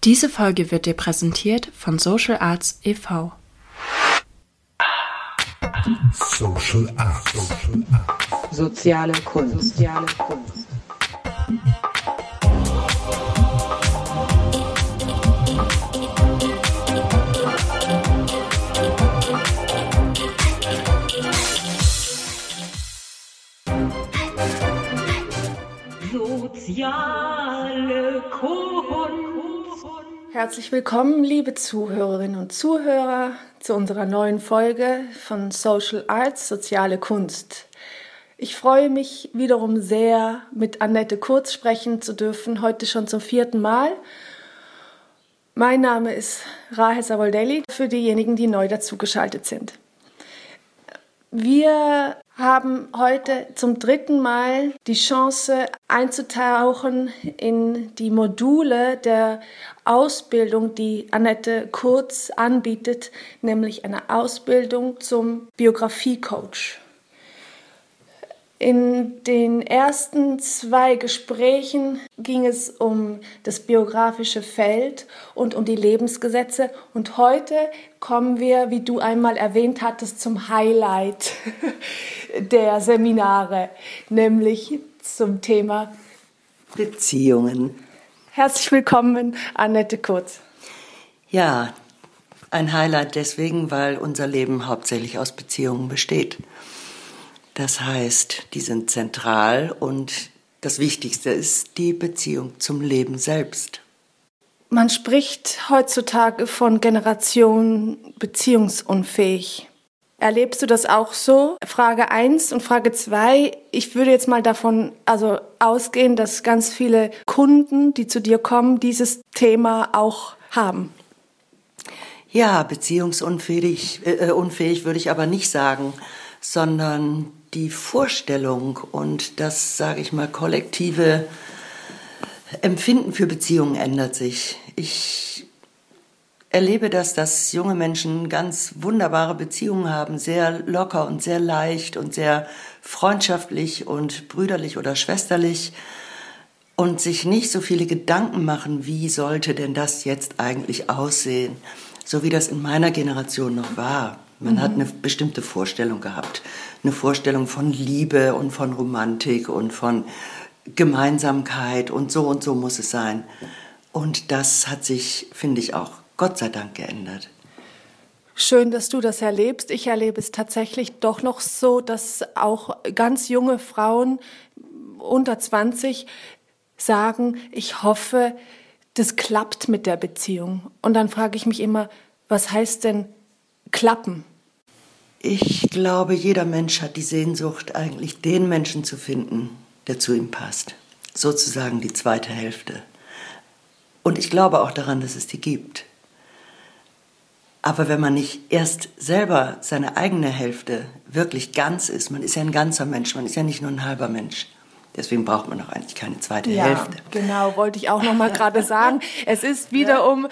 Diese Folge wird dir präsentiert von Social Arts e.V. Social Arts. Soziale Kunst. Soziale Kunst. Herzlich willkommen, liebe Zuhörerinnen und Zuhörer, zu unserer neuen Folge von Social Arts, soziale Kunst. Ich freue mich wiederum sehr, mit Annette Kurz sprechen zu dürfen, heute schon zum 4. Mal. Mein Name ist Rahel Savoldelli, für diejenigen, die neu dazugeschaltet sind. Wir haben heute zum 3. Mal die Chance einzutauchen in die Module der Ausbildung, die Annette Kurz anbietet, nämlich eine Ausbildung zum Biografiecoach. In den ersten 2 Gesprächen ging es um das biografische Feld und um die Lebensgesetze. Und heute kommen wir, wie du einmal erwähnt hattest, zum Highlight der Seminare, nämlich zum Thema Beziehungen. Herzlich willkommen, Annette Kurz. Ja, ein Highlight deswegen, weil unser Leben hauptsächlich aus Beziehungen besteht. Das heißt, die sind zentral und das Wichtigste ist die Beziehung zum Leben selbst. Man spricht heutzutage von Generation beziehungsunfähig. Erlebst du das auch so? Frage 1 und Frage 2. Ich würde jetzt mal davon ausgehen, dass ganz viele Kunden, die zu dir kommen, dieses Thema auch haben. Ja, beziehungsunfähig unfähig würde ich aber nicht sagen, sondern die Vorstellung und das, sage ich mal, kollektive Empfinden für Beziehungen ändert sich. Ich erlebe das, dass junge Menschen ganz wunderbare Beziehungen haben, sehr locker und sehr leicht und sehr freundschaftlich und brüderlich oder schwesterlich und sich nicht so viele Gedanken machen, wie sollte denn das jetzt eigentlich aussehen, so wie das in meiner Generation noch war. Man hat eine bestimmte Vorstellung gehabt, eine Vorstellung von Liebe und von Romantik und von Gemeinsamkeit und so muss es sein. Und das hat sich, finde ich, auch Gott sei Dank geändert. Schön, dass du das erlebst. Ich erlebe es tatsächlich doch noch so, dass auch ganz junge Frauen unter 20 sagen, ich hoffe, das klappt mit der Beziehung. Und dann frage ich mich immer, was heißt denn klappen? Ich glaube, jeder Mensch hat die Sehnsucht, eigentlich den Menschen zu finden, der zu ihm passt. Sozusagen die zweite Hälfte. Und ich glaube auch daran, dass es die gibt. Aber wenn man nicht erst selber seine eigene Hälfte wirklich ganz ist, man ist ja ein ganzer Mensch, man ist ja nicht nur ein halber Mensch. Deswegen braucht man doch eigentlich keine zweite Hälfte. Genau, wollte ich auch noch mal gerade sagen. Es ist wiederum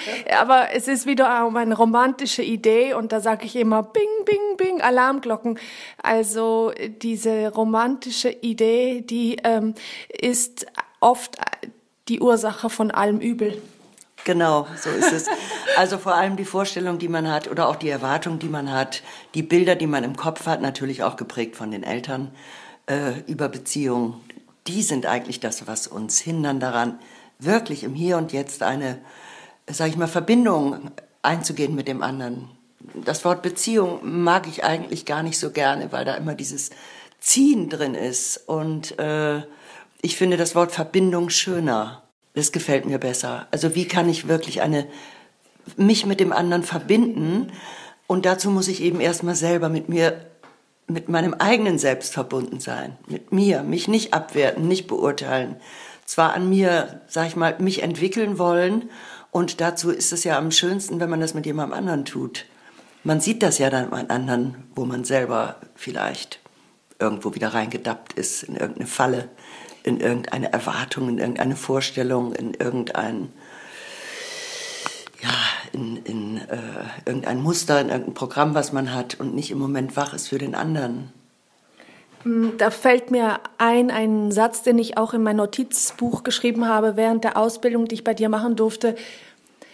eine romantische Idee und da sage ich immer Bing, Bing, Bing, Alarmglocken. Also diese romantische Idee, die ist oft die Ursache von allem Übel. Genau, so ist es. Also vor allem die Vorstellung, die man hat oder auch die Erwartung, die man hat, die Bilder, die man im Kopf hat, natürlich auch geprägt von den Eltern über Beziehungen. Die sind eigentlich das, was uns hindern daran, wirklich im Hier und Jetzt eine, sage ich mal, Verbindung einzugehen mit dem anderen. Das Wort Beziehung mag ich eigentlich gar nicht so gerne, weil da immer dieses Ziehen drin ist. Und ich finde das Wort Verbindung schöner. Das gefällt mir besser. Also wie kann ich wirklich mich mit dem anderen verbinden? Und dazu muss ich eben erstmal selber mit meinem eigenen Selbst verbunden sein, mit mir, mich nicht abwerten, nicht beurteilen. Zwar an mir, sag ich mal, mich entwickeln wollen und dazu ist es ja am schönsten, wenn man das mit jemandem anderen tut. Man sieht das ja dann beim anderen, wo man selber vielleicht irgendwo wieder reingedappt ist, in irgendeine Falle, in irgendeine Erwartung, in irgendeine Vorstellung, in irgendein Muster, in irgendein Programm, was man hat und nicht im Moment wach ist für den anderen. Da fällt mir ein Satz, den ich auch in mein Notizbuch geschrieben habe während der Ausbildung, die ich bei dir machen durfte.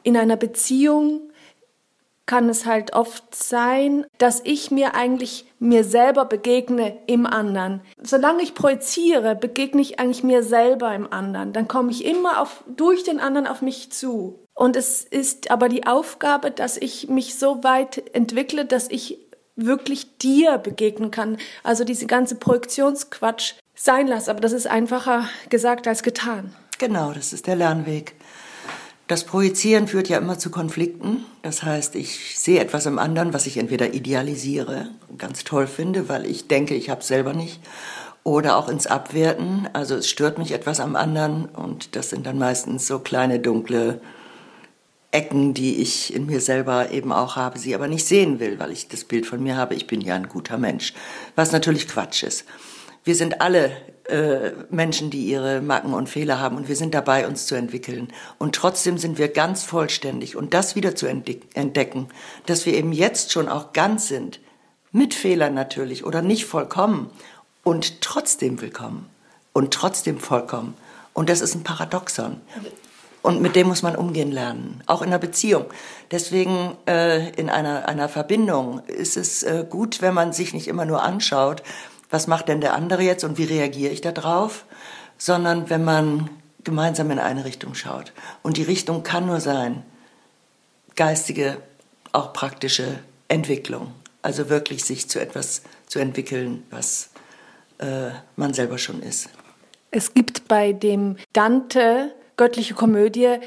in einer Beziehung kann es halt oft sein, dass ich mir selber begegne im anderen. Solange ich projiziere, begegne ich eigentlich mir selber im anderen. Dann komme ich immer durch den anderen auf mich zu. Und es ist aber die Aufgabe, dass ich mich so weit entwickle, dass ich wirklich dir begegnen kann. Also diese ganze Projektionsquatsch sein lasse. Aber das ist einfacher gesagt als getan. Genau, das ist der Lernweg. Das Projizieren führt ja immer zu Konflikten. Das heißt, ich sehe etwas im anderen, was ich entweder idealisiere, ganz toll finde, weil ich denke, ich habe es selber nicht, oder auch ins Abwerten. Also es stört mich etwas am anderen und das sind dann meistens so kleine dunkle Ecken, die ich in mir selber eben auch habe, sie aber nicht sehen will, weil ich das Bild von mir habe, ich bin ja ein guter Mensch, was natürlich Quatsch ist. Wir sind alle Menschen, die ihre Macken und Fehler haben und wir sind dabei, uns zu entwickeln. Und trotzdem sind wir ganz vollständig und das wieder zu entdecken, dass wir eben jetzt schon auch ganz sind, mit Fehlern natürlich oder nicht vollkommen und trotzdem willkommen und trotzdem vollkommen. Und das ist ein Paradoxon. Und mit dem muss man umgehen lernen, auch in einer Beziehung. Deswegen in einer Verbindung ist es gut, wenn man sich nicht immer nur anschaut, was macht denn der andere jetzt und wie reagiere ich da drauf, sondern wenn man gemeinsam in eine Richtung schaut. Und die Richtung kann nur sein, geistige, auch praktische Entwicklung. Also wirklich sich zu etwas zu entwickeln, was man selber schon ist. Es gibt bei dem Dante Göttliche Komödie,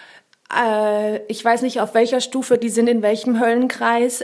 ich weiß nicht auf welcher Stufe, die sind in welchem Höllenkreis,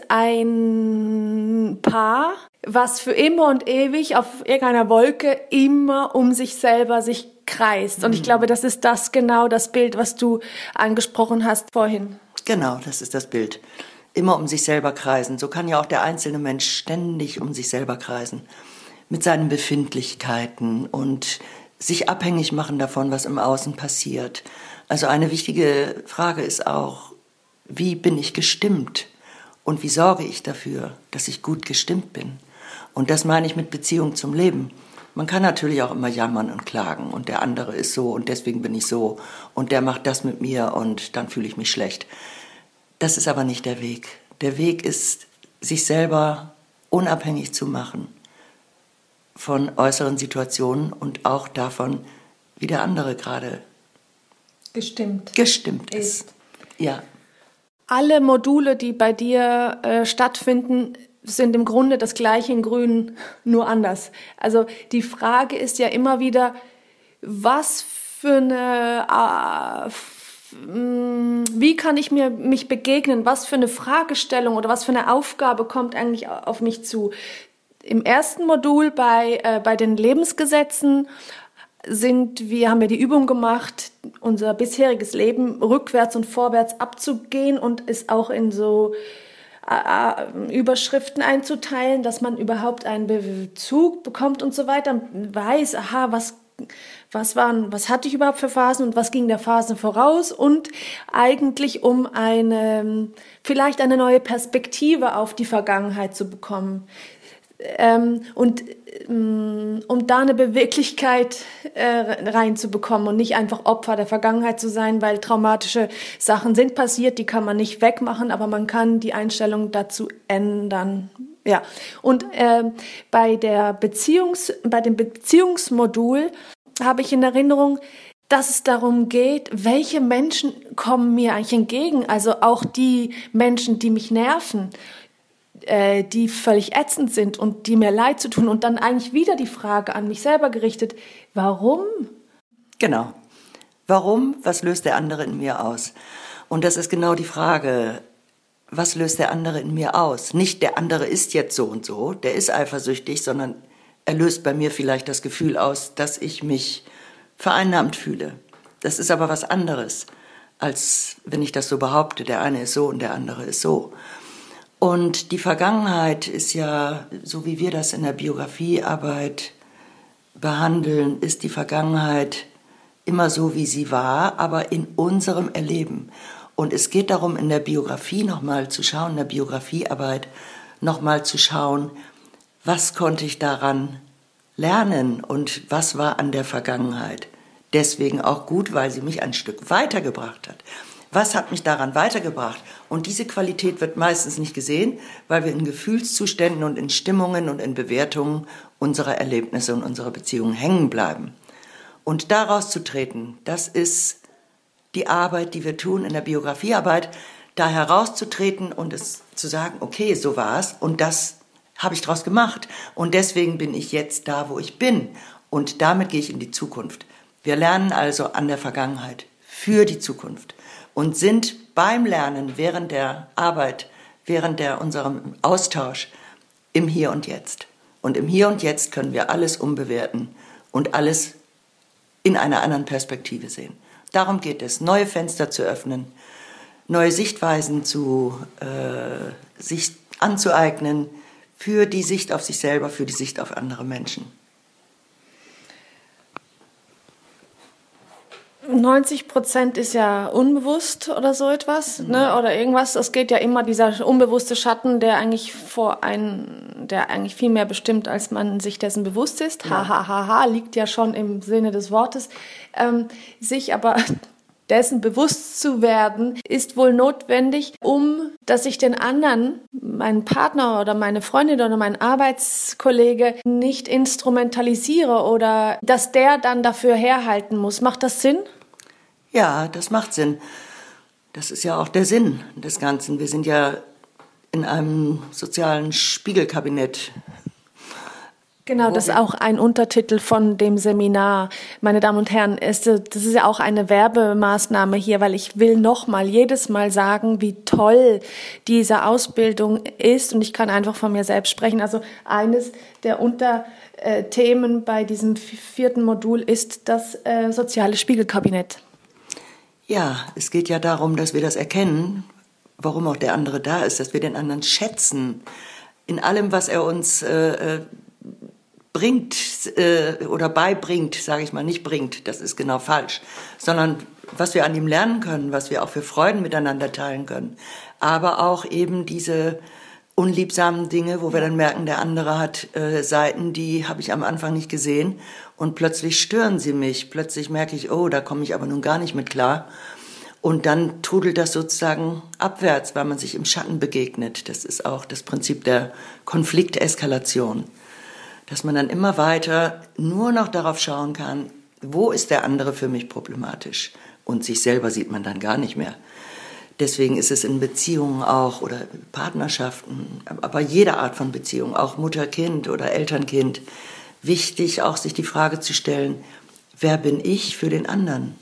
ein Paar, was für immer und ewig auf irgendeiner Wolke immer um sich selber sich kreist. Und ich glaube, das ist genau das Bild, was du angesprochen hast vorhin. Genau, das ist das Bild. Immer um sich selber kreisen. So kann ja auch der einzelne Mensch ständig um sich selber kreisen. Mit seinen Befindlichkeiten und sich abhängig machen davon, was im Außen passiert. Also eine wichtige Frage ist auch, wie bin ich gestimmt? Und wie sorge ich dafür, dass ich gut gestimmt bin? Und das meine ich mit Beziehung zum Leben. Man kann natürlich auch immer jammern und klagen und der andere ist so und deswegen bin ich so und der macht das mit mir und dann fühle ich mich schlecht. Das ist aber nicht der Weg. Der Weg ist, sich selber unabhängig zu machen von äußeren Situationen und auch davon, wie der andere gerade gestimmt ist. Ja. Alle Module, die bei dir stattfinden, sind im Grunde das Gleiche in Grün, nur anders. Also die Frage ist ja immer wieder, was für eine, wie kann ich mich begegnen, was für eine Fragestellung oder was für eine Aufgabe kommt eigentlich auf mich zu. Im ersten Modul bei den Lebensgesetzen haben wir die Übung gemacht, unser bisheriges Leben rückwärts und vorwärts abzugehen und es auch in so Überschriften einzuteilen, dass man überhaupt einen Bezug bekommt und so weiter, weiß, aha, was hatte ich überhaupt für Phasen und was ging der Phase voraus und eigentlich um vielleicht eine neue Perspektive auf die Vergangenheit zu bekommen. Und um da eine Beweglichkeit reinzubekommen und nicht einfach Opfer der Vergangenheit zu sein, weil traumatische Sachen sind passiert, die kann man nicht wegmachen, aber man kann die Einstellung dazu ändern. Ja. Und bei dem Beziehungsmodul habe ich in Erinnerung, dass es darum geht, welche Menschen kommen mir eigentlich entgegen, also auch die Menschen, die mich nerven, die völlig ätzend sind und die mir leid zu tun und dann eigentlich wieder die Frage an mich selber gerichtet, warum? Genau. Warum? Was löst der andere in mir aus? Und das ist genau die Frage, was löst der andere in mir aus? Nicht der andere ist jetzt so und so, der ist eifersüchtig, sondern er löst bei mir vielleicht das Gefühl aus, dass ich mich vereinnahmt fühle. Das ist aber was anderes, als wenn ich das so behaupte, der eine ist so und der andere ist so. Und die Vergangenheit ist ja, so wie wir das in der Biografiearbeit behandeln, ist die Vergangenheit immer so, wie sie war, aber in unserem Erleben. Und es geht darum, in der Biografie nochmal zu schauen, in der Biografiearbeit nochmal zu schauen, was konnte ich daran lernen und was war an der Vergangenheit. Deswegen auch gut, weil sie mich ein Stück weitergebracht hat. Was hat mich daran weitergebracht? Und diese Qualität wird meistens nicht gesehen, weil wir in Gefühlszuständen und in Stimmungen und in Bewertungen unserer Erlebnisse und unserer Beziehungen hängen bleiben. Und daraus zu treten, das ist die Arbeit, die wir tun in der Biografiearbeit, da herauszutreten und es zu sagen, okay, so war es und das habe ich draus gemacht und deswegen bin ich jetzt da, wo ich bin und damit gehe ich in die Zukunft. Wir lernen also an der Vergangenheit für die Zukunft und sind beim Lernen, während der Arbeit, unserem Austausch im Hier und Jetzt. Und im Hier und Jetzt können wir alles umbewerten und alles in einer anderen Perspektive sehen. Darum geht es, neue Fenster zu öffnen, neue Sichtweisen sich anzueignen für die Sicht auf sich selber, für die Sicht auf andere Menschen. 90% ist ja unbewusst oder so etwas, ne? Oder irgendwas. Es geht ja immer dieser unbewusste Schatten, der eigentlich viel mehr bestimmt, als man sich dessen bewusst ist. Ja. Liegt ja schon im Sinne des Wortes. Sich aber dessen bewusst zu werden, ist wohl notwendig, dass ich den anderen, meinen Partner oder meine Freundin oder meinen Arbeitskollege nicht instrumentalisiere oder dass der dann dafür herhalten muss. Macht das Sinn? Ja, das macht Sinn. Das ist ja auch der Sinn des Ganzen. Wir sind ja in einem sozialen Spiegelkabinett. Genau, das ist auch ein Untertitel von dem Seminar. Meine Damen und Herren, das ist ja auch eine Werbemaßnahme hier, weil ich will jedes Mal sagen, wie toll diese Ausbildung ist. Und ich kann einfach von mir selbst sprechen. Also eines der Unterthemen bei diesem 4. Modul ist das soziale Spiegelkabinett. Ja, es geht ja darum, dass wir das erkennen, warum auch der andere da ist, dass wir den anderen schätzen in allem, was er uns bringt oder beibringt, sage ich mal, nicht bringt, das ist genau falsch, sondern was wir an ihm lernen können, was wir auch für Freuden miteinander teilen können, aber auch eben diese unliebsamen Dinge, wo wir dann merken, der andere hat Seiten, die habe ich am Anfang nicht gesehen und plötzlich stören sie mich, plötzlich merke ich, oh, da komme ich aber nun gar nicht mit klar und dann trudelt das sozusagen abwärts, weil man sich im Schatten begegnet. Das ist auch das Prinzip der Konflikteskalation. Dass man dann immer weiter nur noch darauf schauen kann, wo ist der andere für mich problematisch? Und sich selber sieht man dann gar nicht mehr. Deswegen ist es in Beziehungen auch oder Partnerschaften, aber jede Art von Beziehung, auch Mutter-Kind oder Eltern-Kind, wichtig, auch sich die Frage zu stellen, wer bin ich für den anderen?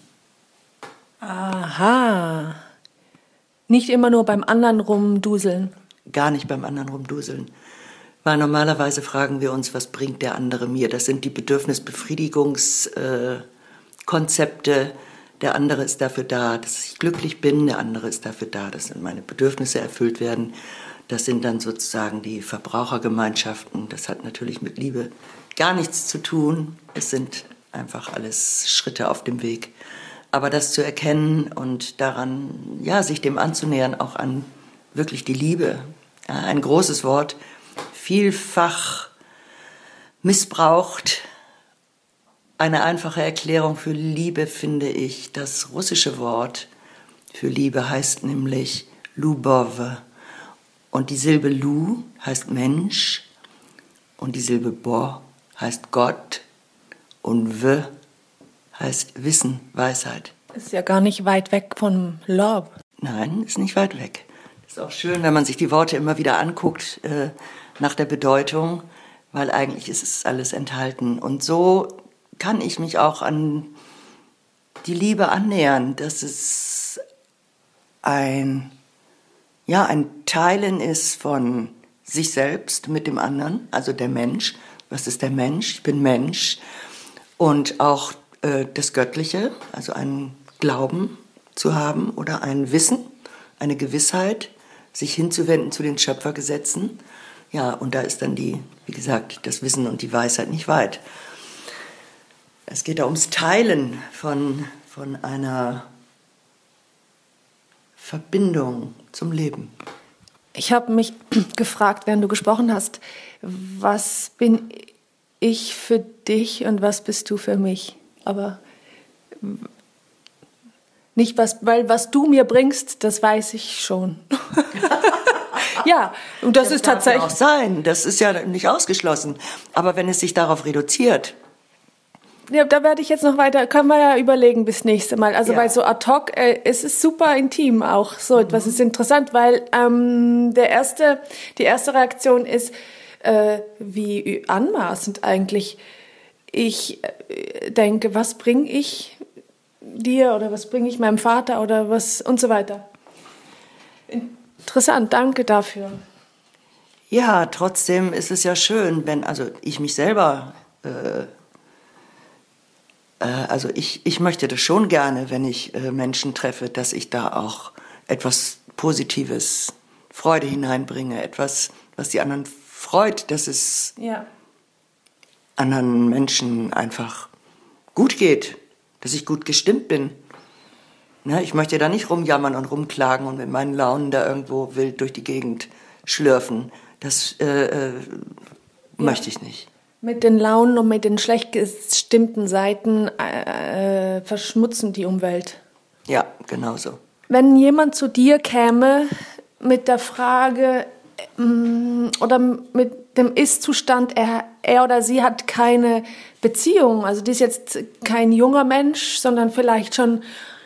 Aha. Nicht immer nur beim anderen rumduseln. Gar nicht beim anderen rumduseln. Weil normalerweise fragen wir uns, was bringt der andere mir? Das sind die Bedürfnisbefriedigungskonzepte. Der andere ist dafür da, dass ich glücklich bin. Der andere ist dafür da, dass meine Bedürfnisse erfüllt werden. Das sind dann sozusagen die Verbrauchergemeinschaften. Das hat natürlich mit Liebe gar nichts zu tun. Es sind einfach alles Schritte auf dem Weg. Aber das zu erkennen und daran, ja, sich dem anzunähern, auch an wirklich die Liebe, ja, ein großes Wort, vielfach missbraucht. Eine einfache Erklärung für Liebe finde ich, das russische Wort für Liebe heißt nämlich Lubov. Und die Silbe Lu heißt Mensch und die Silbe Bo heißt Gott und V heißt Wissen, Weisheit. Ist ja gar nicht weit weg von Love. Nein, ist nicht weit weg. Ist auch schön, wenn man sich die Worte immer wieder anguckt, nach der Bedeutung, weil eigentlich ist es alles enthalten. Und so kann ich mich auch an die Liebe annähern, dass es ein Teilen ist von sich selbst mit dem anderen, also der Mensch. Was ist der Mensch? Ich bin Mensch. Und auch das Göttliche, also einen Glauben zu haben oder ein Wissen, eine Gewissheit, sich hinzuwenden zu den Schöpfergesetzen. Ja, und da ist dann wie gesagt, das Wissen und die Weisheit nicht weit. Es geht da ums Teilen von einer Verbindung zum Leben. Ich habe mich gefragt, während du gesprochen hast, was bin ich für dich und was bist du für mich? Aber Nicht weil was du mir bringst, das weiß ich schon. Ja, und das ist tatsächlich... Das darf ja auch sein, das ist ja nicht ausgeschlossen. Aber wenn es sich darauf reduziert... Ja, da werde ich jetzt noch weiter, können wir ja überlegen bis nächste Mal. Also weil so ad hoc, es ist super intim auch, so etwas ist interessant, weil die erste Reaktion ist, wie anmaßend eigentlich. Ich denke, was bringe ich dir oder was bringe ich meinem Vater oder was und so weiter. Interessant, danke dafür. Ja, trotzdem ist es ja schön, wenn, also ich mich selber... Also ich möchte das schon gerne, wenn ich Menschen treffe, dass ich da auch etwas Positives, Freude hineinbringe, etwas, was die anderen freut, dass es anderen Menschen einfach gut geht, dass ich gut gestimmt bin. Ne, ich möchte da nicht rumjammern und rumklagen und mit meinen Launen da irgendwo wild durch die Gegend schlürfen. Das möchte ich nicht. Mit den Launen und mit den schlecht gestimmten Seiten verschmutzen die Umwelt. Ja, genau so. Wenn jemand zu dir käme mit der Frage oder mit dem Ist-Zustand, er oder sie hat keine Beziehung, also die ist jetzt kein junger Mensch, sondern vielleicht schon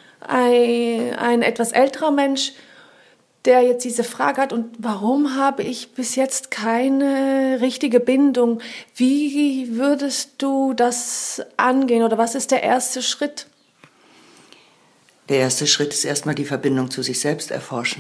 ein etwas älterer Mensch, der jetzt diese Frage hat, und warum habe ich bis jetzt keine richtige Bindung? Wie würdest du das angehen oder was ist der erste Schritt? Der erste Schritt ist erstmal die Verbindung zu sich selbst erforschen.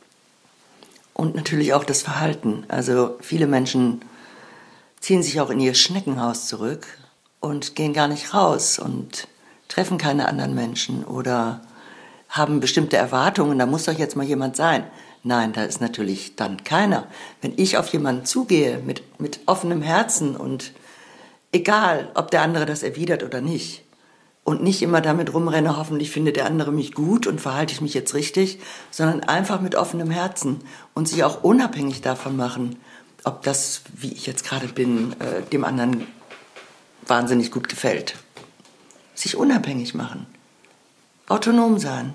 Und natürlich auch das Verhalten. Also viele Menschen ziehen sich auch in ihr Schneckenhaus zurück und gehen gar nicht raus und treffen keine anderen Menschen oder haben bestimmte Erwartungen, da muss doch jetzt mal jemand sein. Nein, da ist natürlich dann keiner. Wenn ich auf jemanden zugehe mit offenem Herzen und egal, ob der andere das erwidert oder nicht und nicht immer damit rumrenne, hoffentlich findet der andere mich gut und verhalte ich mich jetzt richtig, sondern einfach mit offenem Herzen und sich auch unabhängig davon machen, ob das, wie ich jetzt gerade bin, dem anderen wahnsinnig gut gefällt. Sich unabhängig machen. Autonom sein.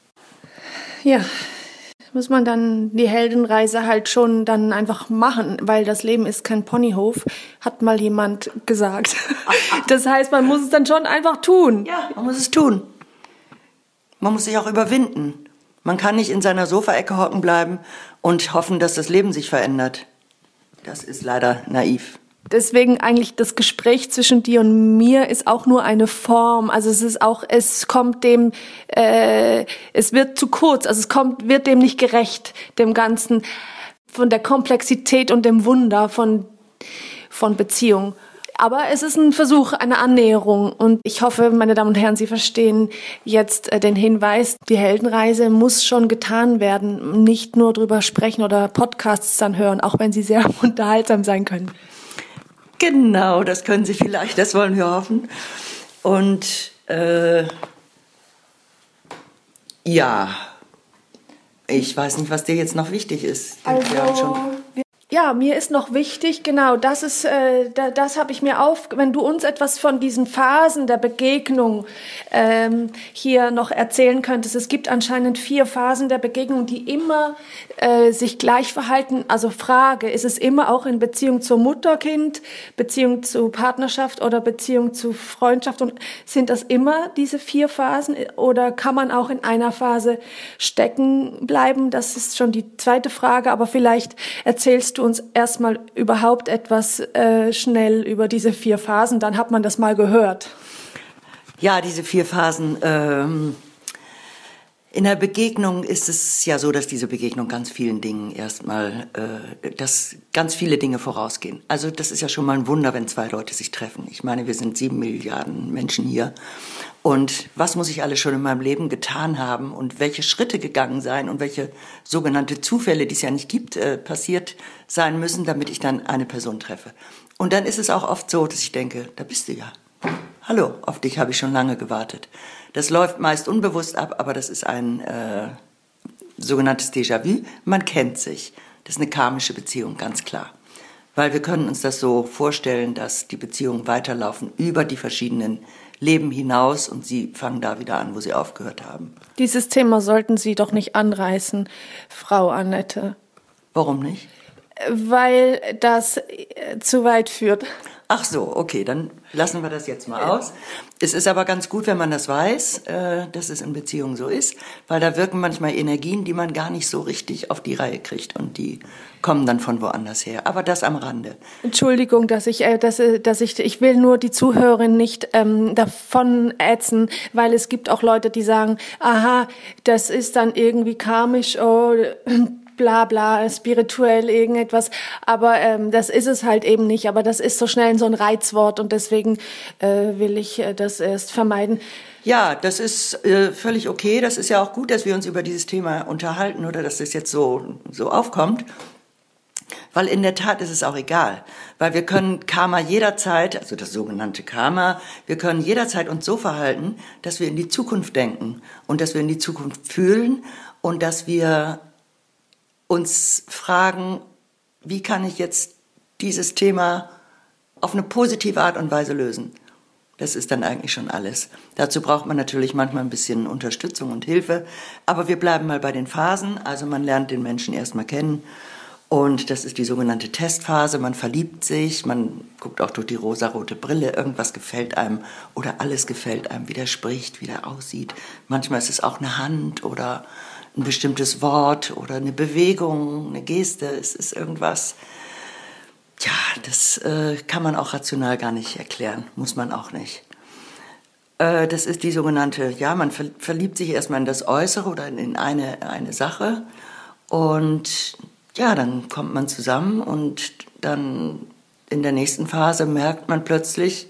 Ja, muss man dann die Heldenreise halt schon dann einfach machen, weil das Leben ist kein Ponyhof, hat mal jemand gesagt. Das heißt, man muss es dann schon einfach tun. Ja, man muss es tun. Man muss sich auch überwinden. Man kann nicht in seiner Sofaecke hocken bleiben und hoffen, dass das Leben sich verändert. Das ist leider naiv. Deswegen eigentlich das Gespräch zwischen dir und mir ist auch nur eine Form. Also es kommt dem, es wird zu kurz. Also wird dem nicht gerecht, dem Ganzen, von der Komplexität und dem Wunder von Beziehung. Aber es ist ein Versuch, eine Annäherung. Und ich hoffe, meine Damen und Herren, Sie verstehen jetzt den Hinweis, die Heldenreise muss schon getan werden. Nicht nur drüber sprechen oder Podcasts dann hören, auch wenn sie sehr unterhaltsam sein können. Genau, das können Sie vielleicht, das wollen wir hoffen. Und ja, ich weiß nicht, was dir jetzt noch wichtig ist. Ja, mir ist noch wichtig, genau, das habe ich mir wenn du uns etwas von diesen Phasen der Begegnung hier noch erzählen könntest. Es gibt anscheinend 4 Phasen der Begegnung, die immer sich gleich verhalten. Also Frage, ist es immer auch in Beziehung zur Mutter-Kind, Beziehung zu Partnerschaft oder Beziehung zu Freundschaft? Und sind das immer diese 4 Phasen oder kann man auch in einer Phase stecken bleiben? Das ist schon die zweite Frage, aber vielleicht erzählst du uns erstmal überhaupt etwas schnell über diese 4 Phasen, dann hat man das mal gehört. Ja, diese 4 Phasen. In der Begegnung ist es ja so, dass diese Begegnung ganz vielen Dingen erstmal, dass ganz viele Dinge vorausgehen. Also das ist ja schon mal ein Wunder, wenn 2 Leute sich treffen. Ich meine, wir sind 7 Milliarden Menschen hier. Und was muss ich alles schon in meinem Leben getan haben und welche Schritte gegangen sein und welche sogenannte Zufälle, die es ja nicht gibt, passiert sein müssen, damit ich dann eine Person treffe. Und dann ist es auch oft so, dass ich denke, da bist du ja. Hallo, auf dich habe ich schon lange gewartet. Das läuft meist unbewusst ab, aber das ist ein sogenanntes Déjà-vu. Man kennt sich. Das ist eine karmische Beziehung, ganz klar. Weil wir können uns das so vorstellen, dass die Beziehungen weiterlaufen über die verschiedenen Leben hinaus und sie fangen da wieder an, wo sie aufgehört haben. Dieses Thema sollten Sie doch nicht anreißen, Frau Annette. Warum nicht? Weil das zu weit führt. Ach so, okay, dann lassen wir das jetzt mal aus. Es ist aber ganz gut, wenn man das weiß, dass es in Beziehungen so ist, weil da wirken manchmal Energien, die man gar nicht so richtig auf die Reihe kriegt und die kommen dann von woanders her. Aber das am Rande. Entschuldigung, dass ich will nur die Zuhörerin nicht davon ätzen, weil es gibt auch Leute, die sagen, aha, das ist dann irgendwie karmisch, oh, bla bla, spirituell irgendetwas, aber das ist es halt eben nicht, aber das ist so schnell so ein Reizwort und deswegen will ich das erst vermeiden. Ja, das ist völlig okay, das ist ja auch gut, dass wir uns über dieses Thema unterhalten oder dass das jetzt so aufkommt, weil in der Tat ist es auch egal, weil wir können Karma jederzeit, also das sogenannte Karma, wir können jederzeit uns so verhalten, dass wir in die Zukunft denken und dass wir in die Zukunft fühlen und dass wir uns fragen, wie kann ich jetzt dieses Thema auf eine positive Art und Weise lösen. Das ist dann eigentlich schon alles. Dazu braucht man natürlich manchmal ein bisschen Unterstützung und Hilfe, aber wir bleiben mal bei den Phasen. Also man lernt den Menschen erstmal kennen und das ist die sogenannte Testphase. Man verliebt sich, man guckt auch durch die rosarote Brille, irgendwas gefällt einem oder alles gefällt einem, wie der spricht, wie der aussieht. Manchmal ist es auch eine Hand oder ein bestimmtes Wort oder eine Bewegung, eine Geste, es ist irgendwas. Ja, das kann man auch rational gar nicht erklären, muss man auch nicht. Das ist die sogenannte, ja, man verliebt sich erstmal in das Äußere oder in eine Sache und ja, dann kommt man zusammen und dann in der nächsten Phase merkt man plötzlich,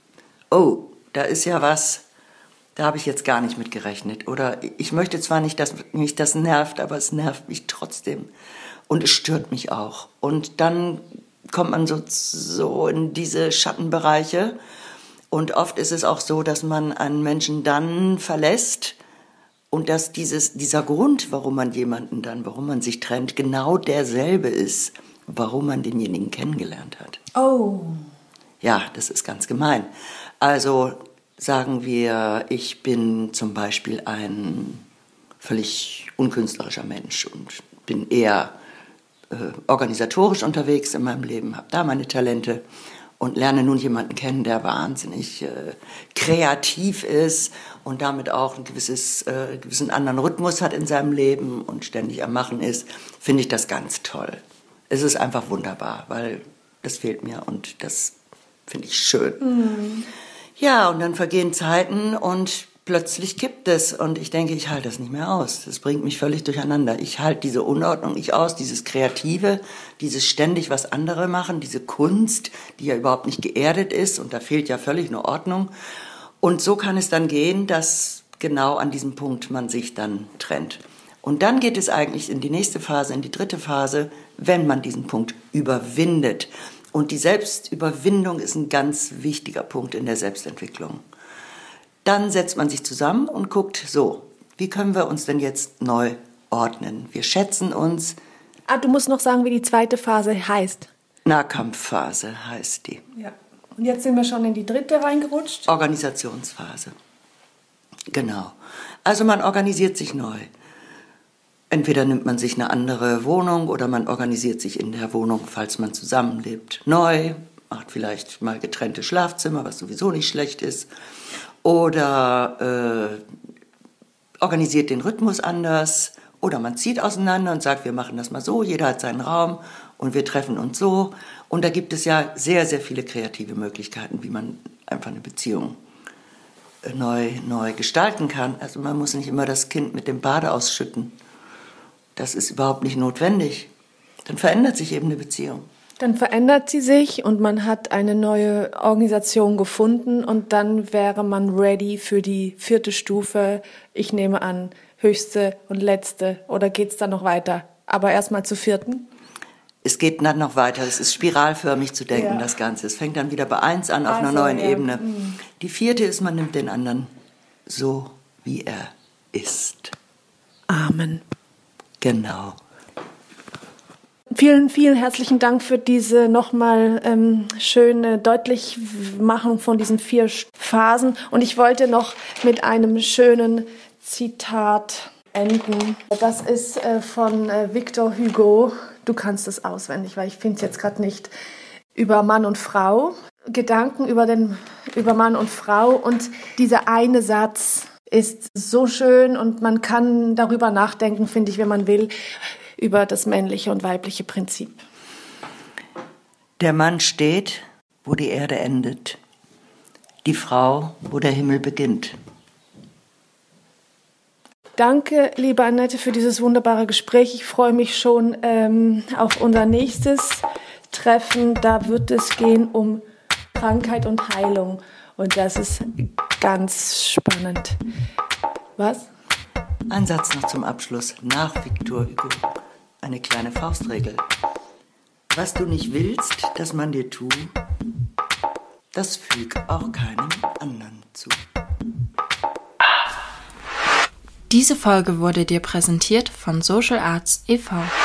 oh, da ist ja was, da habe ich jetzt gar nicht mit gerechnet. Oder ich möchte zwar nicht, dass mich das nervt, aber es nervt mich trotzdem. Und es stört mich auch. Und dann kommt man so in diese Schattenbereiche. Und oft ist es auch so, dass man einen Menschen dann verlässt und dass dieser Grund, warum man sich trennt, genau derselbe ist, warum man denjenigen kennengelernt hat. Oh. Ja, das ist ganz gemein. Also sagen wir, ich bin zum Beispiel ein völlig unkünstlerischer Mensch und bin eher organisatorisch unterwegs in meinem Leben, habe da meine Talente und lerne nun jemanden kennen, der wahnsinnig kreativ ist und damit auch einen gewissen anderen Rhythmus hat in seinem Leben und ständig am Machen ist, finde ich das ganz toll. Es ist einfach wunderbar, weil das fehlt mir und das finde ich schön. Mm. Ja, und dann vergehen Zeiten und plötzlich kippt es und ich denke, ich halte das nicht mehr aus. Das bringt mich völlig durcheinander. Ich halte diese Unordnung nicht aus, dieses Kreative, dieses ständig was andere machen, diese Kunst, die ja überhaupt nicht geerdet ist und da fehlt ja völlig eine Ordnung. Und so kann es dann gehen, dass genau an diesem Punkt man sich dann trennt. Und dann geht es eigentlich in die nächste Phase, in die dritte Phase, wenn man diesen Punkt überwindet. Und die Selbstüberwindung ist ein ganz wichtiger Punkt in der Selbstentwicklung. Dann setzt man sich zusammen und guckt, so, wie können wir uns denn jetzt neu ordnen? Wir schätzen uns. Du musst noch sagen, wie die zweite Phase heißt. Nahkampfphase heißt die. Ja. Und jetzt sind wir schon in die dritte reingerutscht. Organisationsphase. Genau. Also man organisiert sich neu. Entweder nimmt man sich eine andere Wohnung oder man organisiert sich in der Wohnung, falls man zusammenlebt, neu, macht vielleicht mal getrennte Schlafzimmer, was sowieso nicht schlecht ist, oder organisiert den Rhythmus anders, oder man zieht auseinander und sagt, wir machen das mal so, jeder hat seinen Raum und wir treffen uns so. Und da gibt es ja sehr, sehr viele kreative Möglichkeiten, wie man einfach eine Beziehung neu gestalten kann. Also man muss nicht immer das Kind mit dem Bade ausschütten. Das ist überhaupt nicht notwendig. Dann verändert sich eben eine Beziehung. Dann verändert sie sich und man hat eine neue Organisation gefunden und dann wäre man ready für die vierte Stufe. Ich nehme an, höchste und letzte. Oder geht es dann noch weiter? Aber erstmal zur vierten? Es geht dann noch weiter. Es ist spiralförmig zu denken, das Ganze. Es fängt dann wieder bei 1 an, auf einer neuen Ebene. Die vierte ist, man nimmt den anderen so, wie er ist. Amen. Genau. Vielen, vielen herzlichen Dank für diese nochmal schöne Deutlichmachung von diesen 4 Phasen. Und ich wollte noch mit einem schönen Zitat enden. Das ist von Victor Hugo. Du kannst es auswendig, weil ich finde es jetzt gerade nicht. Über Mann und Frau. Gedanken über Mann und Frau. Und dieser eine Satz ist so schön und man kann darüber nachdenken, finde ich, wenn man will, über das männliche und weibliche Prinzip. Der Mann steht, wo die Erde endet. Die Frau, wo der Himmel beginnt. Danke, liebe Annette, für dieses wunderbare Gespräch. Ich freue mich schon auf unser nächstes Treffen. Da wird es gehen um Krankheit und Heilung. Und das ist ganz spannend. Was? Ein Satz noch zum Abschluss. Nach Victor Hugo. Eine kleine Faustregel. Was du nicht willst, dass man dir tut, das füg auch keinem anderen zu. Diese Folge wurde dir präsentiert von Social Arts e.V.